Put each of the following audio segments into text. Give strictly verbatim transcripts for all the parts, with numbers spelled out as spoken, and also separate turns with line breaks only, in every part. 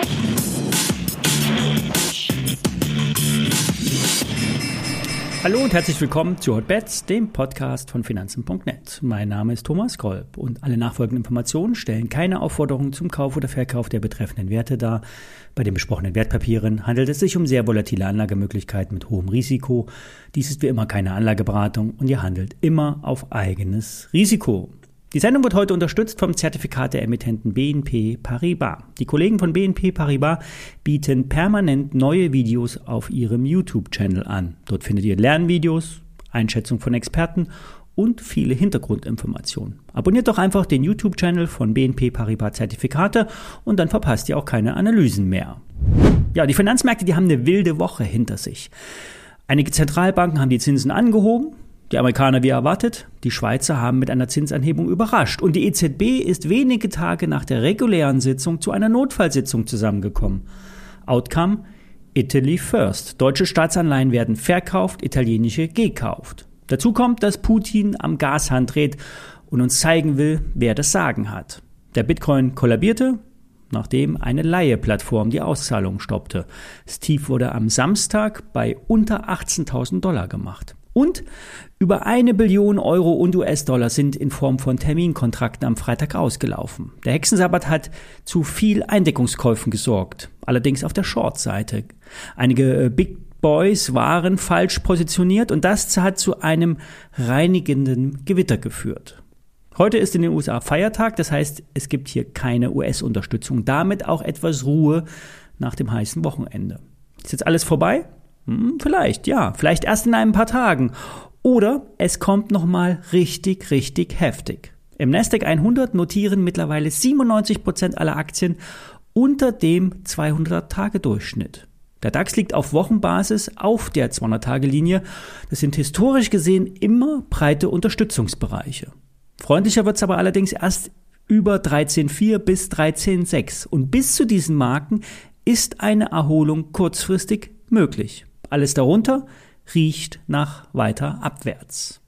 Hallo und herzlich willkommen zu Hotbets, dem Podcast von Finanzen punkt net. Mein Name ist Thomas Kolb und alle nachfolgenden Informationen stellen keine Aufforderung zum Kauf oder Verkauf der betreffenden Werte dar. Bei den besprochenen Wertpapieren handelt es sich um sehr volatile Anlagemöglichkeiten mit hohem Risiko. Dies ist wie immer keine Anlageberatung und ihr handelt immer auf eigenes Risiko. Die Sendung wird heute unterstützt vom Zertifikat der Emittenten B N P Paribas. Die Kollegen von B N P Paribas bieten permanent neue Videos auf ihrem YouTube-Channel an. Dort findet ihr Lernvideos, Einschätzung von Experten und viele Hintergrundinformationen. Abonniert doch einfach den YouTube-Channel von B N P Paribas Zertifikate und dann verpasst ihr auch keine Analysen mehr. Ja, die Finanzmärkte, die haben eine wilde Woche hinter sich. Einige Zentralbanken haben die Zinsen angehoben. Die Amerikaner wie erwartet, die Schweizer haben mit einer Zinsanhebung überrascht und die E Z B ist wenige Tage nach der regulären Sitzung zu einer Notfallsitzung zusammengekommen. Outcome: Italy first. Deutsche Staatsanleihen werden verkauft, italienische gekauft. Dazu kommt, dass Putin am Gashahn dreht und uns zeigen will, wer das Sagen hat. Der Bitcoin kollabierte, nachdem eine Leihe-Plattform die Auszahlung stoppte. Das Tief wurde am Samstag bei unter achtzehntausend Dollar gemacht. Und über eine Billion Euro und U S-Dollar sind in Form von Terminkontrakten am Freitag ausgelaufen. Der Hexensabbat hat zu viel Eindeckungskäufen gesorgt, allerdings auf der Short-Seite. Einige Big Boys waren falsch positioniert und das hat zu einem reinigenden Gewitter geführt. Heute ist in den U S A Feiertag, das heißt, es gibt hier keine U S-Unterstützung. Damit auch etwas Ruhe nach dem heißen Wochenende. Ist jetzt alles vorbei? Hm, vielleicht, ja. Vielleicht erst in ein paar Tagen. Oder es kommt nochmal richtig, richtig heftig. Im Nasdaq hundert notieren mittlerweile siebenundneunzig Prozent aller Aktien unter dem zweihundert-Tage-Durchschnitt. Der DAX liegt auf Wochenbasis auf der zweihundert-Tage-Linie. Das sind historisch gesehen immer breite Unterstützungsbereiche. Freundlicher wird es aber allerdings erst über dreizehn Komma vier bis dreizehn Komma sechs. Und bis zu diesen Marken ist eine Erholung kurzfristig möglich. Alles darunter riecht nach weiter abwärts.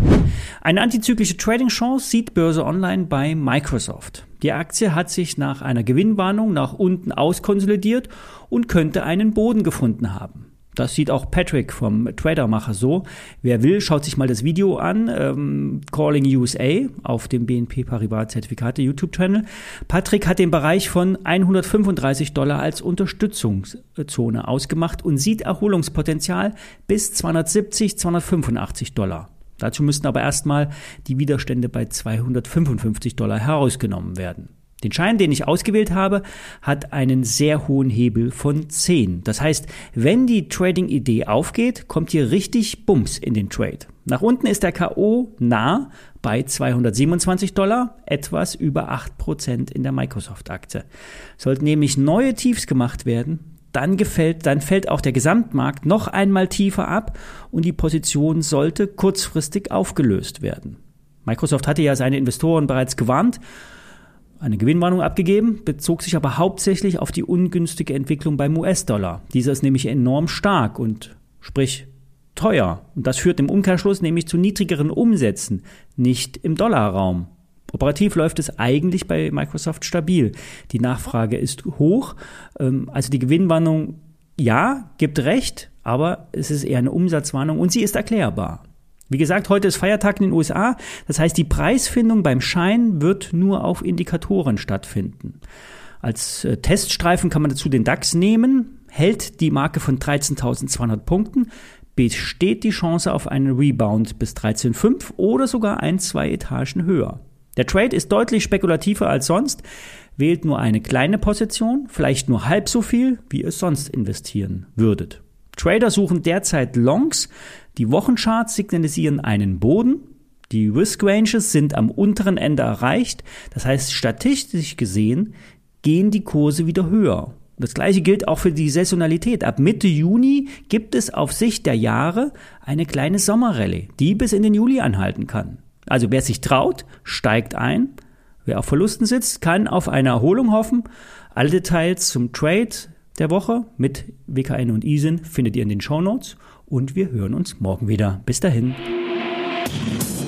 Eine antizyklische Trading-Chance sieht Börse Online bei Microsoft. Die Aktie hat sich nach einer Gewinnwarnung nach unten auskonsolidiert und könnte einen Boden gefunden haben. Das sieht auch Patrick vom Tradermacher so. Wer will, schaut sich mal das Video an, ähm, Calling U S A auf dem B N P Paribas Zertifikate YouTube-Channel. Patrick hat den Bereich von hundertfünfunddreißig Dollar als Unterstützungszone ausgemacht und sieht Erholungspotenzial bis zweihundertsiebzig, zweihundertfünfundachtzig Dollar. Dazu müssten aber erstmal die Widerstände bei zweihundertfünfundfünfzig Dollar herausgenommen werden. Den Schein, den ich ausgewählt habe, hat einen sehr hohen Hebel von zehn. Das heißt, wenn die Trading-Idee aufgeht, kommt hier richtig Bums in den Trade. Nach unten ist der K O nah bei zweihundertsiebenundzwanzig Dollar, etwas über acht Prozent in der Microsoft-Aktie. Sollten nämlich neue Tiefs gemacht werden, dann, gefällt, dann fällt auch der Gesamtmarkt noch einmal tiefer ab und die Position sollte kurzfristig aufgelöst werden. Microsoft hatte ja seine Investoren bereits gewarnt, eine Gewinnwarnung abgegeben, bezog sich aber hauptsächlich auf die ungünstige Entwicklung beim U S-Dollar. Dieser ist nämlich enorm stark und sprich teuer. Und das führt im Umkehrschluss nämlich zu niedrigeren Umsätzen, nicht im Dollarraum. Operativ läuft es eigentlich bei Microsoft stabil. Die Nachfrage ist hoch. Also die Gewinnwarnung, ja, gibt recht, aber es ist eher eine Umsatzwarnung und sie ist erklärbar. Wie gesagt, heute ist Feiertag in den U S A, das heißt, die Preisfindung beim Schein wird nur auf Indikatoren stattfinden. Als äh, Teststreifen kann man dazu den DAX nehmen, hält die Marke von dreizehntausendzweihundert Punkten, besteht die Chance auf einen Rebound bis dreizehn Komma fünf oder sogar ein, zwei Etagen höher. Der Trade ist deutlich spekulativer als sonst, wählt nur eine kleine Position, vielleicht nur halb so viel, wie ihr sonst investieren würdet. Trader suchen derzeit Longs, die Wochencharts signalisieren einen Boden, die Risk Ranges sind am unteren Ende erreicht, das heißt statistisch gesehen gehen die Kurse wieder höher. Das gleiche gilt auch für die Saisonalität. Ab Mitte Juni gibt es auf Sicht der Jahre eine kleine Sommerrallye, die bis in den Juli anhalten kann. Also wer sich traut, steigt ein. Wer auf Verlusten sitzt, kann auf eine Erholung hoffen. Alle Details zum Trade der Woche mit W K N und I S I N findet ihr in den Shownotes und wir hören uns morgen wieder. Bis dahin.